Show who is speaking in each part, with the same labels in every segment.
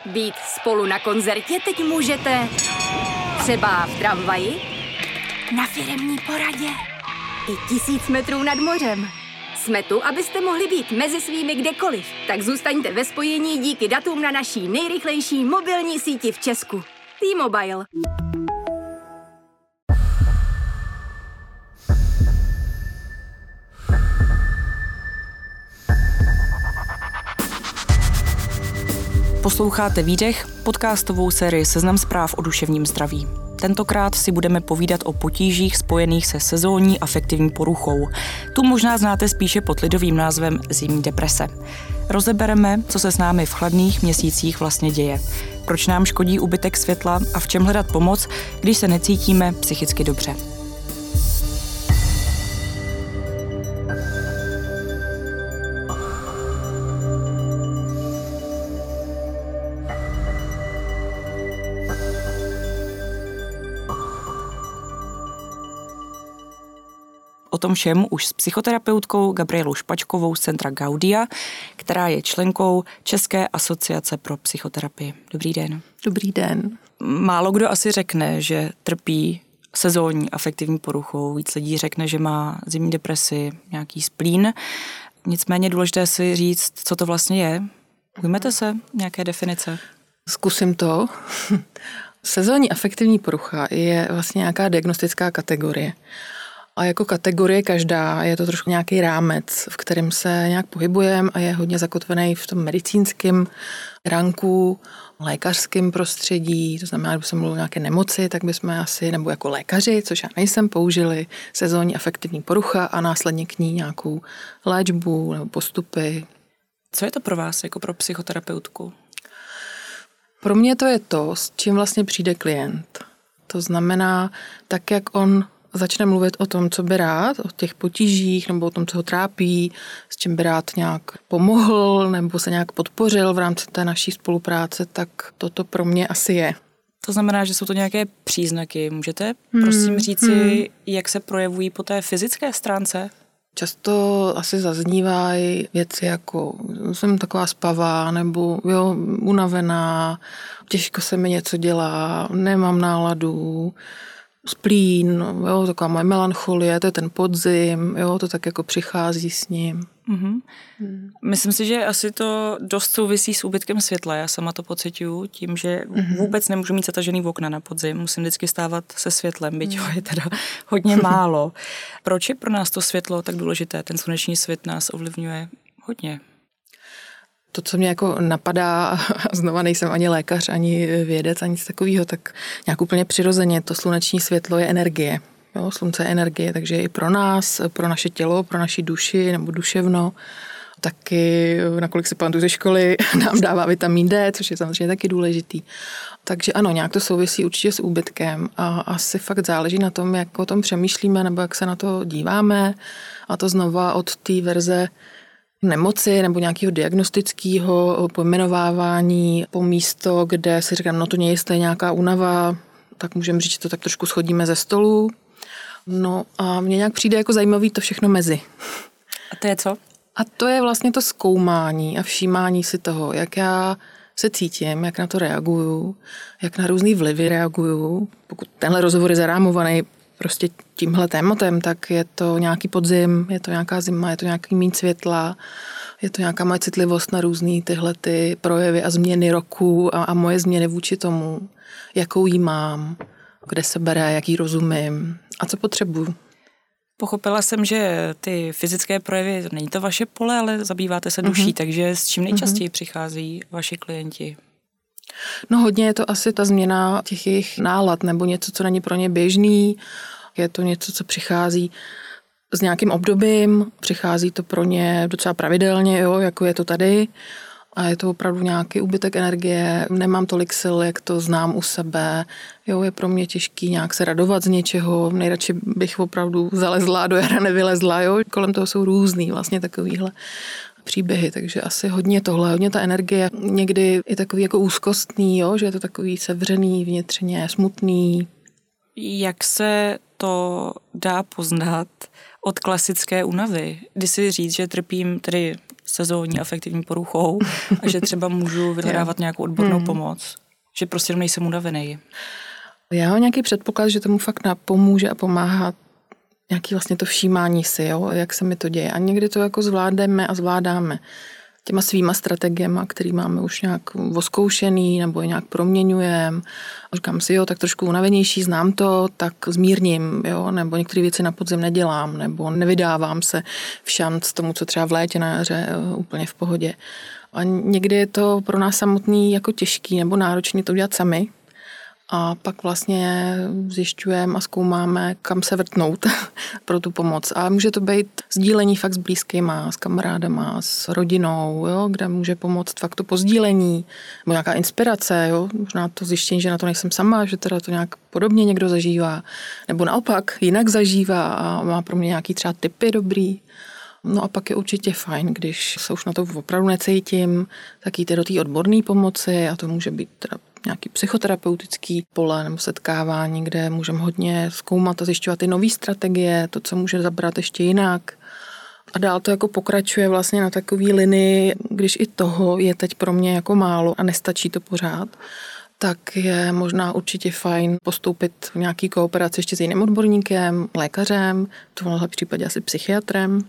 Speaker 1: Být spolu na koncertě teď můžete třeba v tramvaji, na firemní poradě i 1000 metrů nad mořem. Jsme tu, abyste mohli být mezi svými kdekoliv. Tak zůstaňte ve spojení díky datům na naší nejrychlejší mobilní síti v Česku. T-Mobile.
Speaker 2: Posloucháte Výdech, podcastovou sérii Seznam zpráv o duševním zdraví. Tentokrát si budeme povídat o potížích spojených se sezónní afektivní poruchou. Tu možná znáte spíše pod lidovým názvem zimní deprese. Rozebereme, co se s námi v chladných měsících vlastně děje. Proč nám škodí úbytek světla a v čem hledat pomoc, když se necítíme psychicky dobře. O tom všem už s psychoterapeutkou Gabrielou Špačkovou z Centra Gaudia, která je členkou České asociace pro psychoterapii. Dobrý den.
Speaker 3: Dobrý den.
Speaker 2: Málo kdo asi řekne, že trpí sezónní afektivní poruchou. Víc lidí řekne, že má zimní depresi, nějaký splín. Nicméně důležité si říct, co to vlastně je. Ujmete se nějaké definice?
Speaker 3: Zkusím to. Sezónní afektivní porucha je vlastně nějaká diagnostická kategorie. A jako kategorie každá je to trošku nějaký rámec, v kterém se nějak pohybujeme a je hodně zakotvený v tom medicínském ranku, lékařském prostředí, to znamená, kdyby se mluvilo o nějaké nemoci, tak bychom asi, nebo jako lékaři, což já nejsem, použili sezónní afektivní porucha a následně k ní nějakou léčbu nebo postupy.
Speaker 2: Co je to pro vás, jako pro psychoterapeutku?
Speaker 3: Pro mě to je to, s čím vlastně přijde klient. To znamená, tak jak on začne mluvit o tom, co by rád, o těch potížích nebo o tom, co ho trápí, s čím by rád nějak pomohl nebo se nějak podpořil v rámci té naší spolupráce, tak toto pro mě asi je.
Speaker 2: To znamená, že jsou to nějaké příznaky. Můžete prosím říci, jak se projevují po té fyzické stránce?
Speaker 3: Často asi zaznívají věci jako jsem taková spavá nebo unavená, těžko se mi něco dělá, nemám náladu, splín, taková moje melancholie, to je ten podzim, to tak jako přichází s ním.
Speaker 2: Myslím si, že asi to dost souvisí s úbytkem světla. Já sama to pociťuju tím, že vůbec nemůžu mít zatažený okna na podzim. Musím vždycky stávat se světlem, byť ho je teda hodně málo. Proč je pro nás to světlo tak důležité? Ten sluneční svět nás ovlivňuje hodně.
Speaker 3: To, co mě jako napadá, a znova nejsem ani lékař, ani vědec, ani nic takového, tak nějak úplně přirozeně to sluneční světlo je energie. Slunce je energie, takže i pro nás, pro naše tělo, pro naši duši nebo duševno, taky, nakolik si pamatuju ze školy, nám dává vitamin D, což je samozřejmě taky důležitý. Takže ano, nějak to souvisí určitě s úbytkem a asi fakt záleží na tom, jak o tom přemýšlíme nebo jak se na to díváme, a to znova od té verze nemoci nebo nějakého diagnostického pojmenovávání po místo, kde si říkám, to nie je nějaká únava, tak můžeme říct, že to tak trošku schodíme ze stolu. No a mně nějak přijde jako zajímavý to všechno mezi.
Speaker 2: A to je co?
Speaker 3: A to je vlastně to zkoumání a všímání si toho, jak já se cítím, jak na to reaguju, jak na různý vlivy reaguju. Pokud tenhle rozhovor je zarámovaný prostě tímhle tématem, tak je to nějaký podzim, je to nějaká zima, je to nějaký míň světla, je to nějaká moje citlivost na různý tyhle ty projevy a změny roku a moje změny vůči tomu, jakou jí mám, kde se bere, jak jí rozumím a co potřebuju.
Speaker 2: Pochopila jsem, že ty fyzické projevy, není to vaše pole, ale zabýváte se duší, takže s čím nejčastěji přichází vaši klienti?
Speaker 3: No hodně je to asi ta změna těch jejich nálad nebo něco, co není pro ně běžný. Je to něco, co přichází s nějakým obdobím, přichází to pro ně docela pravidelně, jako je to tady. A je to opravdu nějaký úbytek energie, nemám tolik sil, jak to znám u sebe. Je pro mě těžký nějak se radovat z něčeho, nejradši bych opravdu zalezla, do jara nevylezla. Kolem toho jsou různý vlastně takovýhle příběhy, takže asi hodně tohle, hodně ta energie, někdy je takový jako úzkostný, že je to takový sevřený, vnitřně smutný.
Speaker 2: Jak se to dá poznat? od klasické únavy. Kdy si říct, že trpím tedy sezónní afektivní poruchou a že třeba můžu vyhledávat nějakou odbornou pomoc. Že prostě nejsem unavený.
Speaker 3: Já mám nějaký předpoklad, že tomu fakt napomůže a pomáhá nějaký vlastně to všímání si, jo, jak se mi to děje. A někdy to jako zvládneme a zvládáme těma svýma strategiema, který máme už nějak oskoušený nebo je nějak proměňujeme. Říkám si, jo, tak trošku unavenější, znám to, tak zmírním, jo, nebo některé věci na podzim nedělám, nebo nevydávám se v šanc tomu, co třeba v létě na jaře úplně v pohodě. A někdy je to pro nás samotný jako těžký nebo náročný to dělat sami. A pak vlastně zjišťujeme a zkoumáme, kam se vrtnout pro tu pomoc. A může to být sdílení fakt s blízkýma, s kamarádama, s rodinou, jo, kde může pomoct fakt to pozdílení, nebo nějaká inspirace, jo, možná to zjištění, že na to nejsem sama, že teda to nějak podobně někdo zažívá, nebo naopak jinak zažívá a má pro mě nějaký třeba tipy dobrý. No a pak je určitě fajn, když se už na to opravdu necítím, tak jít do té odborné pomoci a to může být teda nějaký psychoterapeutický pole nebo setkávání, kde můžeme hodně zkoumat a zjišťovat ty nové strategie, to, co může zabrat ještě jinak. A dál to jako pokračuje vlastně na takový linii, když i toho je teď pro mě jako málo a nestačí to pořád, tak je možná určitě fajn postoupit v nějaký kooperaci ještě s jiným odborníkem, lékařem, v tomhle případě asi psychiatrem.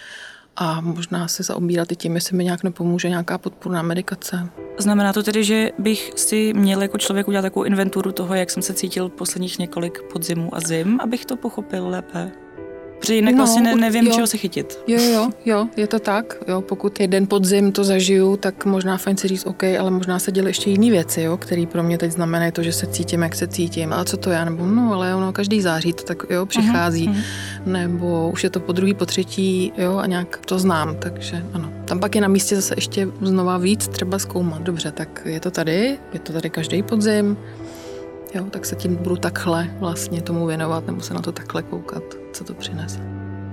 Speaker 3: A možná se zaobírat i tím, jestli mi nějak nepomůže nějaká podpůrná medikace.
Speaker 2: Znamená to tedy, že bych si měl jako člověk udělat takovou inventuru toho, jak jsem se cítil posledních několik podzimů a zim, abych to pochopil lépe? Protože jinak vlastně nevím, čeho se chytit.
Speaker 3: Jo, je to tak. Jo, pokud jeden podzim to zažiju, tak možná fajn si říct OK, ale možná se děly ještě jiné věci, jo, které pro mě teď znamenají to, že se cítím, jak se cítím. A co to já? Nebo ale ono každý září to tak jo, přichází. Nebo už je to po druhý, po třetí, jo, a nějak to znám, takže ano. Tam pak je na místě zase ještě znova víc třeba zkoumat. Dobře, tak je to tady každý podzim. Jo, tak se tím budu takhle vlastně tomu věnovat, nebo se na to takhle koukat, co to přinese.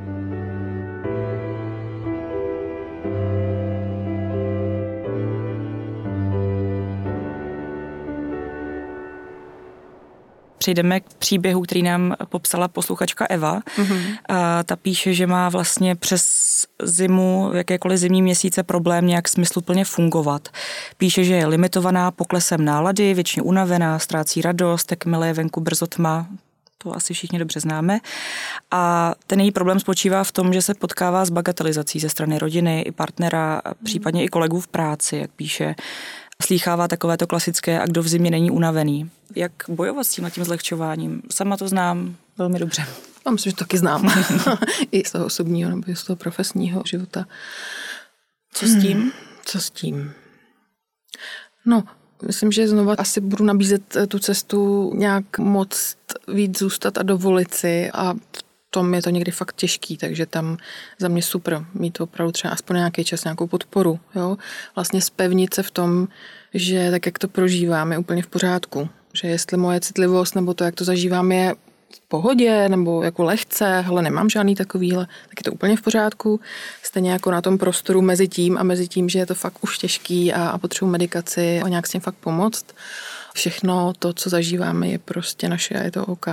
Speaker 2: Přejdeme k příběhu, který nám popsala posluchačka Eva. A ta píše, že má vlastně přes zimu, jakékoliv zimní měsíce problém nějak smysluplně fungovat. Píše, že je limitovaná poklesem nálady, většině unavená, ztrácí radost, jakmile je venku brzo tma. To asi všichni dobře známe. A ten její problém spočívá v tom, že se potkává s bagatelizací ze strany rodiny i partnera, případně i kolegů v práci, jak píše. Slýchává takovéto klasické, a kdo v zimě není unavený. Jak bojovat s tím zlehčováním? Sama to znám velmi dobře.
Speaker 3: Já myslím, že to taky znám. I z toho osobního nebo i z toho profesního života.
Speaker 2: Co s tím?
Speaker 3: Co s tím? No, myslím, že znova asi budu nabízet tu cestu nějak moc víc zůstat a dovolit si a v tom je to někdy fakt těžký, takže tam za mě super mít opravdu třeba aspoň nějaký čas, nějakou podporu. Jo? Vlastně zpevnit se v tom, že tak, jak to prožívám, je úplně v pořádku. Že jestli moje citlivost nebo to, jak to zažívám, je v pohodě nebo jako lehce, hele, nemám žádný takovýhle, tak je to úplně v pořádku. Stejně jako na tom prostoru mezi tím, že je to fakt už těžký a potřebuji medikaci a nějak s tím fakt pomoct. Všechno to, co zažíváme, je prostě naše a je to OK.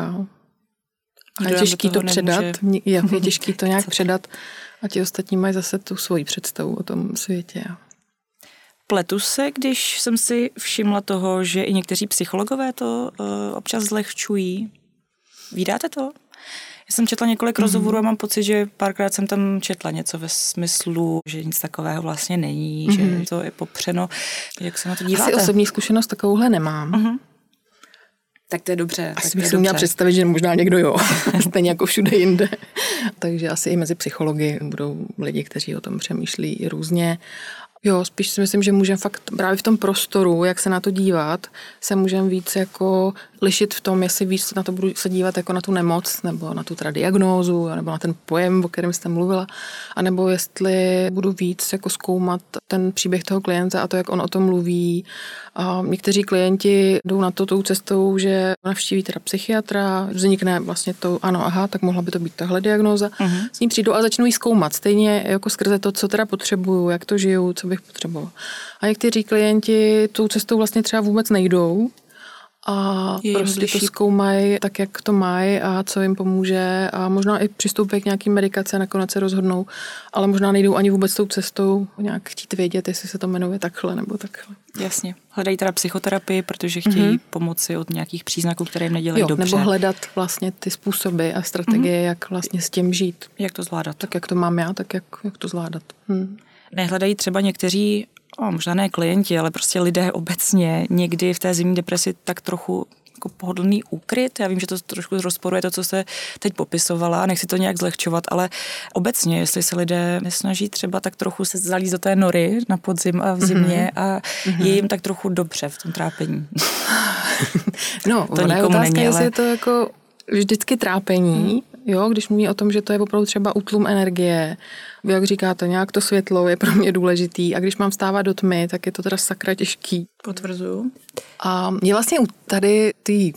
Speaker 3: A je těžký to předat, je těžký to nějak předat a ti ostatní mají zase tu svoji představu o tom světě.
Speaker 2: Pletu se, když jsem si všimla toho, že i někteří psychologové to občas zlehčují. Vídáte to? Já jsem četla několik rozhovorů a mám pocit, že párkrát jsem tam četla něco ve smyslu, že nic takového vlastně není, že to je popřeno. Jak se na to díváte?
Speaker 3: Asi osobní zkušenost takovouhle nemám.
Speaker 2: Tak to je dobře.
Speaker 3: Asi bych si měla představit, že možná někdo jo, stejně jako všude jinde. Takže asi i mezi psychologi budou lidi, kteří o tom přemýšlí různě. Jo, spíš si myslím, že můžeme fakt právě v tom prostoru, jak se na to dívat, se můžeme víc jako lišit v tom, jestli víc na to budu se dívat jako na tu nemoc, nebo na tu teda diagnózu, nebo na ten pojem, o kterém jste mluvila, anebo jestli budu víc jako zkoumat ten příběh toho klienta a to, jak on o tom mluví. A někteří klienti jdou na to tou cestou, že navštíví teda psychiatra, vznikne vlastně to, ano, aha, tak mohla by to být tahle diagnóza. S ním přijdou a začnou jí zkoumat, stejně jako skrze to, co teda potřebuju, jak to žiju, co bych potřeboval. A někteří klienti tou cestou vlastně třeba vůbec nejdou a
Speaker 2: je
Speaker 3: prostě to zkoumají tak, jak to mají a co jim pomůže a možná i přistoupí k nějaký medikaci a nakonec se rozhodnou, ale možná nejdou ani vůbec tou cestou nějak chtít vědět, jestli se to jmenuje takhle nebo takhle.
Speaker 2: Jasně. Hledají teda psychoterapii, protože chtějí pomoci od nějakých příznaků, které jim nedělají dobře.
Speaker 3: Nebo hledat vlastně ty způsoby a strategie, jak vlastně s tím žít.
Speaker 2: Jak to zvládat.
Speaker 3: Tak, jak to mám já, tak jak to zvládat.
Speaker 2: Nehledají třeba někteří, možná ne klienti, ale prostě lidé obecně někdy v té zimní depresi tak trochu jako pohodlný úkryt. Já vím, že to trošku rozporuje to, co se teď popisovala, nechci to nějak zlehčovat, ale obecně, jestli se lidé nesnaží třeba tak trochu se zalízt do té nory na podzim a v zimě a je jim tak trochu dobře v tom trápení.
Speaker 3: No, to je otázka, jestli je to jako vždycky trápení, jo, když mluví o tom, že to je opravdu třeba útlum energie, jak říkáte, nějak to světlo je pro mě důležitý a když mám stávat do tmy, tak je to teda sakra těžký.
Speaker 2: Potvrzuju.
Speaker 3: A je vlastně tady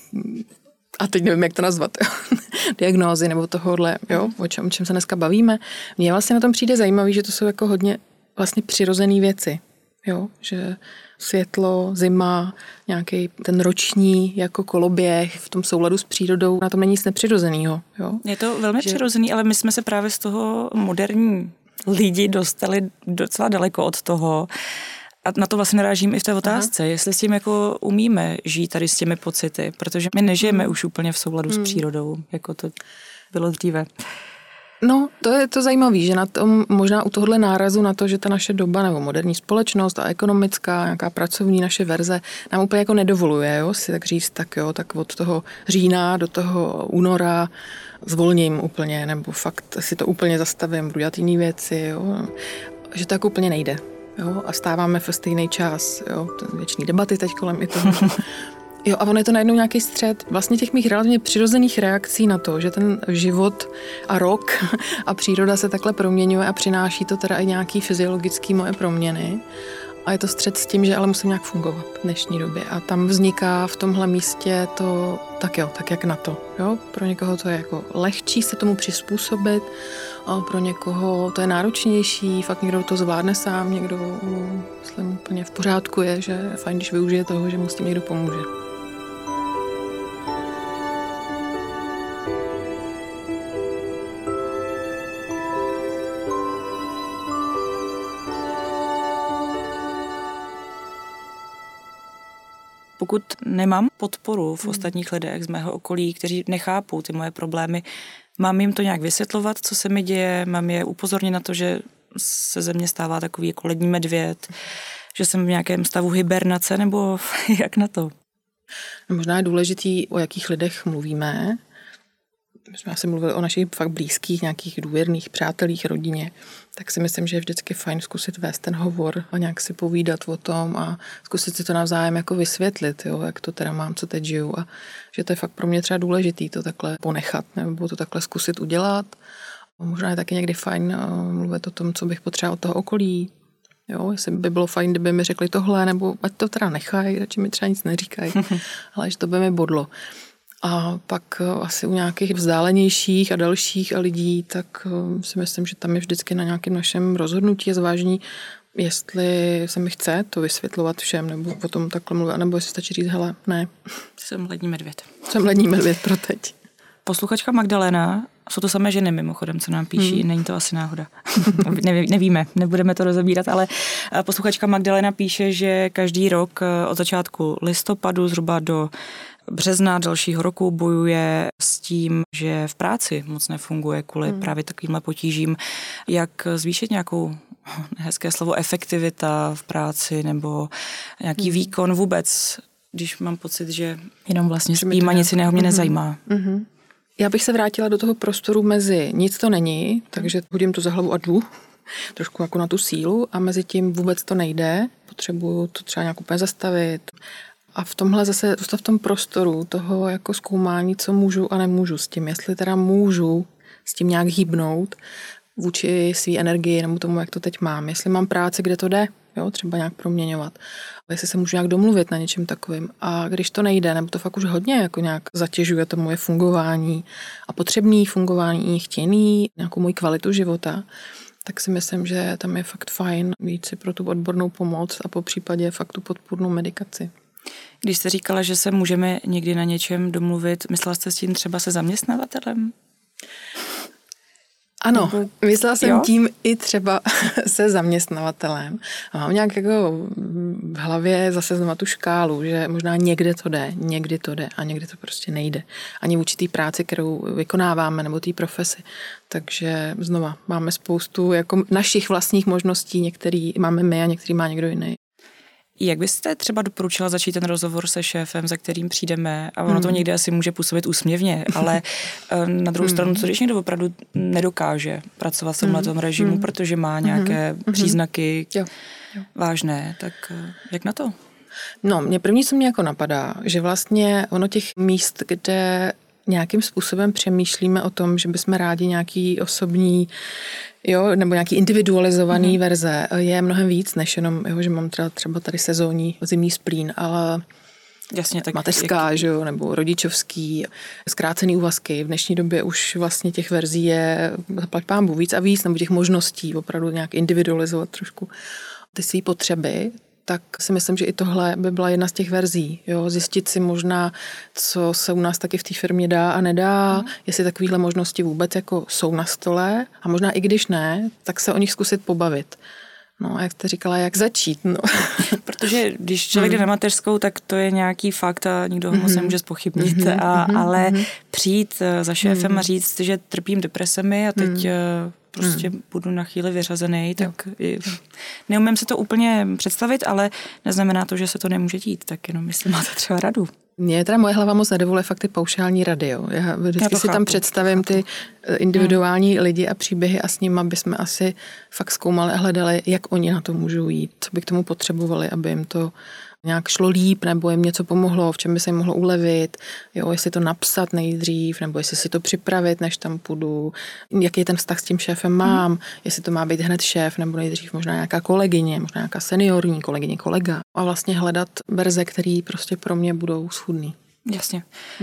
Speaker 3: a teď nevím, jak to nazvat, diagnózy nebo tohohle, jo, o čem se dneska bavíme. Mně vlastně na tom přijde zajímavý, že to jsou jako hodně vlastně přirozené věci, jo, že světlo, zima, nějaký ten roční jako koloběh v tom souladu s přírodou, na tom není nic nepřirozenýho. Jo?
Speaker 2: Je to velmi přirozený, ale my jsme se právě z toho moderní lidi dostali docela daleko od toho. A na to vlastně narážím i v té otázce, jestli s tím jako umíme žít tady s těmi pocity, protože my nežijeme už úplně v souladu s přírodou, jako to bylo dříve.
Speaker 3: No, to je to zajímavé, že na tom, možná u tohohle nárazu na to, že ta naše doba nebo moderní společnost a ekonomická, nějaká pracovní naše verze nám úplně jako nedovoluje, jo, si tak říct, tak od toho října do toho února zvolním úplně, nebo fakt si to úplně zastavím, budu dělat jiný věci, jo, že to jako úplně nejde, jo, a stáváme v stejný čas, jo, věčný debaty teď kolem i toho. Jo, a ono je to najednou nějaký střed vlastně těch mých relativně přirozených reakcí na to, že ten život a rok a příroda se takhle proměňuje a přináší to teda i nějaký fyziologický moje proměny. A je to střed s tím, že ale musím nějak fungovat v dnešní době. A tam vzniká v tomhle místě to, tak jak na to. Jo? Pro někoho to je jako lehčí se tomu přizpůsobit, a pro někoho to je náročnější, fakt někdo to zvládne sám, někdo, myslím, úplně v pořádku je, že je fajn, když využije toho, že mu s tím někdo pomůže.
Speaker 2: Pokud nemám podporu v ostatních lidech z mého okolí, kteří nechápou ty moje problémy, mám jim to nějak vysvětlovat, co se mi děje, mám je upozornit na to, že se ze mě stává takový jako lední medvěd, že jsem v nějakém stavu hibernace, nebo jak na to?
Speaker 3: Možná je důležitý, o jakých lidech mluvíme. My jsme asi mluvili o našich fakt blízkých, nějakých důvěrných přátelích, rodině, tak si myslím, že je vždycky fajn zkusit vést ten hovor a nějak si povídat o tom a zkusit si to navzájem jako vysvětlit, jo, jak to teda mám, co teď žiju a že to je fakt pro mě třeba důležitý to takhle ponechat nebo to takhle zkusit udělat. A možná je taky někdy fajn mluvit o tom, co bych potřeboval od toho okolí. Jo, jestli by bylo fajn, kdyby mi řekli tohle, nebo ať to teda nechají, radši mi třeba nic neříkají, ale že to by mi bodlo. A pak asi u nějakých vzdálenějších a dalších a lidí, tak si myslím, že tam je vždycky na nějakém našem rozhodnutí a zvážení, jestli se mi chce to vysvětlovat všem, nebo o tom takhle mluvit, nebo jestli stačí říct, hele, ne.
Speaker 2: Jsem lední medvěd.
Speaker 3: Jsem lední medvěd pro teď.
Speaker 2: Posluchačka Magdalena, jsou to samé ženy mimochodem, co nám píší, není to asi náhoda. Nevíme, nebudeme to rozebírat, ale posluchačka Magdalena píše, že každý rok od začátku listopadu zhruba do března dalšího roku bojuje s tím, že v práci moc nefunguje kvůli právě takovýmhle potížím. Jak zvýšit nějakou, hezké slovo, efektivita v práci nebo nějaký výkon vůbec, když mám pocit, že jenom vlastně spím a nic jiného mě nezajímá.
Speaker 3: Já bych se vrátila do toho prostoru mezi nic to není, takže hodím to za hlavu a jdu, trošku jako na tu sílu a mezi tím vůbec to nejde, potřebuju to třeba nějak úplně zastavit. A v tomhle zase v tom prostoru toho jako zkoumání, co můžu a nemůžu s tím, jestli teda můžu s tím nějak hýbnout vůči své energii nebo tomu, jak to teď mám. Jestli mám práci, kde to jde, jo, třeba nějak proměňovat. Jestli se můžu nějak domluvit na něčem takovým. A když to nejde, nebo to fakt už hodně jako nějak zatěžuje to moje fungování a potřebný fungování, chtěný, nějakou moji kvalitu života, tak si myslím, že tam je fakt fajn mít si pro tu odbornou pomoc a po případě fakt tu podpůrnou medikaci.
Speaker 2: Když jste říkala, že se můžeme někdy na něčem domluvit, myslela jste s tím třeba se zaměstnavatelem?
Speaker 3: Ano, myslela jsem tím i třeba se zaměstnavatelem. A mám nějak jako v hlavě zase znova tu škálu, že možná někdy to jde a někdy to prostě nejde. Ani v určitý práci, kterou vykonáváme, nebo té profesi. Takže znova máme spoustu jako našich vlastních možností, některý máme my a některý má někdo jiný.
Speaker 2: Jak byste třeba doporučila začít ten rozhovor se šéfem, za kterým přijdeme? A ono to někde asi může působit úsměvně, ale na druhou stranu, co když někdo opravdu nedokáže pracovat v tomhle tom režimu, protože má nějaké příznaky vážné, tak jak na to?
Speaker 3: No, mě první, co mě jako napadá, že vlastně ono těch míst, kde nějakým způsobem přemýšlíme o tom, že bychom rádi nějaký osobní, nebo nějaký individualizovaný verze, je mnohem víc, než jenom, že mám třeba tady sezónní zimní splín, ale
Speaker 2: jasně, tak
Speaker 3: mateřská, nebo rodičovský, zkrácený úvazky. V dnešní době už vlastně těch verzí je zaplať pánbů víc a víc, nebo těch možností opravdu nějak individualizovat trošku ty své potřeby. Tak si myslím, že i tohle by byla jedna z těch verzí. Zjistit si možná, co se u nás taky v té firmě dá a nedá, jestli takovéhle možnosti vůbec jako jsou na stole a možná i když ne, tak se o nich zkusit pobavit. No a jak jste říkala, jak začít? No.
Speaker 2: Protože když člověk jde na mateřskou, tak to je nějaký fakt a nikdo ho moc nemůže zpochybnit. Ale přijít za šéfem a říct, že trpím depresemi a teď prostě budu na chvíli vyřazený, tak neumím se to úplně představit, ale neznamená to, že se to nemůže dít, tak jenom jestli máte třeba radu.
Speaker 3: Mně teda moje hlava moc nedovoluje fakt ty paušální rady. Já vždycky si tam představím ty individuální lidi a příběhy a s nimi bychom asi fakt zkoumali a hledali, jak oni na to můžou jít, co by k tomu potřebovali, aby jim to nějak šlo líp, nebo jim něco pomohlo, v čem by se jim mohlo ulevit, jestli to napsat nejdřív, nebo jestli si to připravit, než tam půjdu, jaký ten vztah s tím šéfem mám, jestli to má být hned šéf, nebo nejdřív možná nějaká kolegyně, možná nějaká seniorní kolegyně, kolega. A vlastně hledat verze, které prostě pro mě budou schůdný.
Speaker 2: Jasně.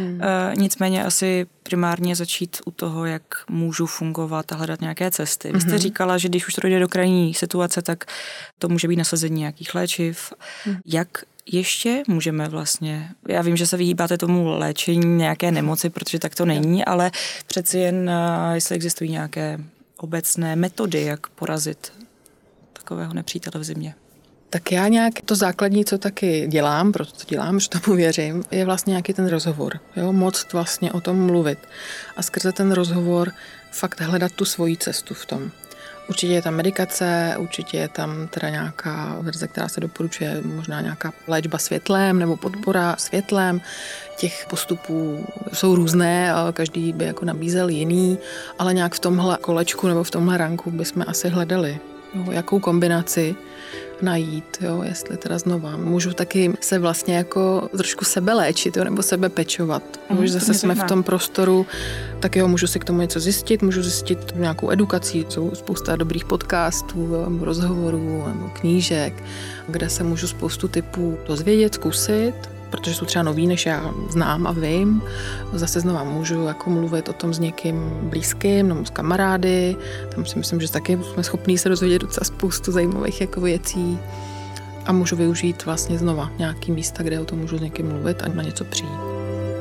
Speaker 2: Nicméně asi primárně začít u toho, jak můžu fungovat a hledat nějaké cesty. Vy jste říkala, že když už to dojde do krajní situace, tak to může být nasazení nějakých léčiv. Jak ještě můžeme vlastně, já vím, že se vyhýbáte tomu léčení nějaké nemoci, protože tak to není, ale přeci jen, jestli existují nějaké obecné metody, jak porazit takového nepřítele v zimě.
Speaker 3: Tak já nějak to základní, co taky dělám, proto to dělám, že tomu věřím, je vlastně nějaký ten rozhovor. Moc vlastně o tom mluvit. A skrze ten rozhovor fakt hledat tu svoji cestu v tom. Určitě je tam medikace, určitě je tam teda nějaká verze, která se doporučuje, možná nějaká léčba světlem nebo podpora světlem. Těch postupů jsou různé, každý by jako nabízel jiný, ale nějak v tomhle kolečku nebo v tomhle ranku bychom asi hledali, jakou kombinaci najít, jestli teda znova. Můžu taky se vlastně jako trošku sebeléčit, nebo sebepečovat. Že zase jsme v tom prostoru, tak můžu si k tomu něco zjistit, můžu zjistit nějakou edukací, jsou spousta dobrých podcastů, rozhovorů nebo knížek, kde se můžu spoustu typů dozvědět, zkusit, protože jsou třeba nový, než já znám a vím. Zase znova můžu jako mluvit o tom s někým blízkým, nebo s kamarády. Tam si myslím, že taky jsme schopní se dozvědět docela spoustu zajímavých jako věcí. A můžu využít vlastně znova nějaký místa, kde o tom můžu s někým mluvit a na něco přijít.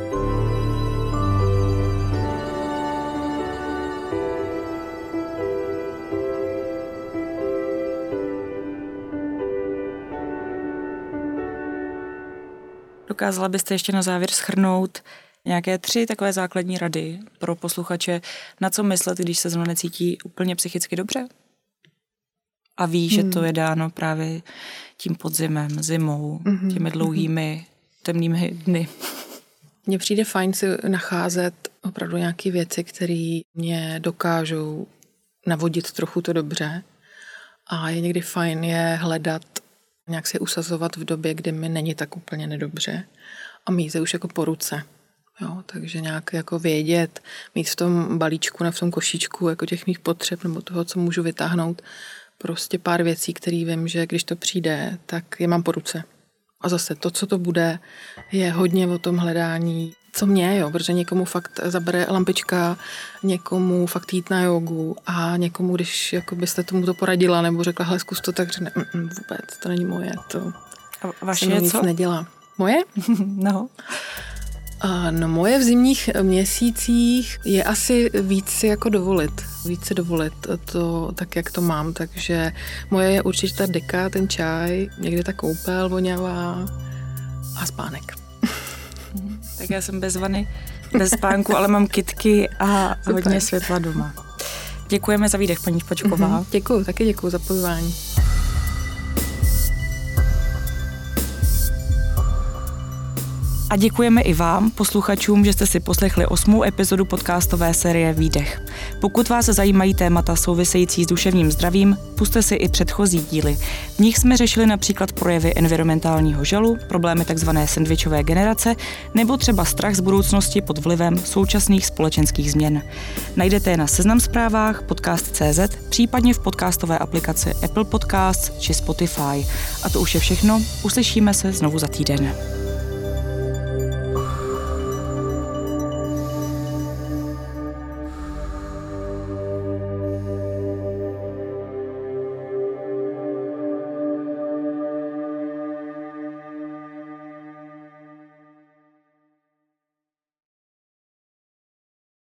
Speaker 2: Dokázala byste ještě na závěr shrnout nějaké 3 takové základní rady pro posluchače, na co myslet, když se zrovna necítí úplně psychicky dobře? A ví, že to je dáno právě tím podzimem, zimou, těmi dlouhými, temnými dny.
Speaker 3: Mně přijde fajn si nacházet opravdu nějaké věci, které mě dokážou navodit trochu to dobře. A je někdy fajn je hledat, nějak se usazovat v době, kdy mi není tak úplně nedobře a mít se už jako po ruce. Takže nějak jako vědět, mít v tom balíčku, v tom košíčku jako těch mých potřeb nebo toho, co můžu vytáhnout, prostě pár věcí, které vím, že když to přijde, tak je mám po ruce. A zase to, co to bude, je hodně o tom hledání, co mě, protože někomu fakt zabere lampička, někomu fakt jít na jogu a někomu, když jako byste tomu to poradila nebo řekla, hele, zkus to, tak řekne, vůbec, to není moje, to
Speaker 2: a vaše
Speaker 3: se
Speaker 2: je
Speaker 3: nic
Speaker 2: co?
Speaker 3: nedělá. Moje?
Speaker 2: No.
Speaker 3: No moje v zimních měsících je asi víc si jako dovolit. Víc si dovolit to tak, jak to mám. Takže moje je určitě ta deka, ten čaj, někde ta koupel voňavá a spánek.
Speaker 2: Tak já jsem bez vany, bez spánku, ale mám kytky a hodně světla doma. Děkujeme za výdech, paní Špačková.
Speaker 3: Děkuju, taky děkuju za pozvání.
Speaker 2: A děkujeme i vám, posluchačům, že jste si poslechli 8. epizodu podcastové série Výdech. Pokud vás zajímají témata související s duševním zdravím, pusťte si i předchozí díly. V nich jsme řešili například projevy environmentálního žalu, problémy tzv. Sendvičové generace nebo třeba strach z budoucnosti pod vlivem současných společenských změn. Najdete je na Seznam Zprávách, podcast.cz, případně v podcastové aplikaci Apple Podcasts či Spotify. A to už je všechno, uslyšíme se znovu za týden.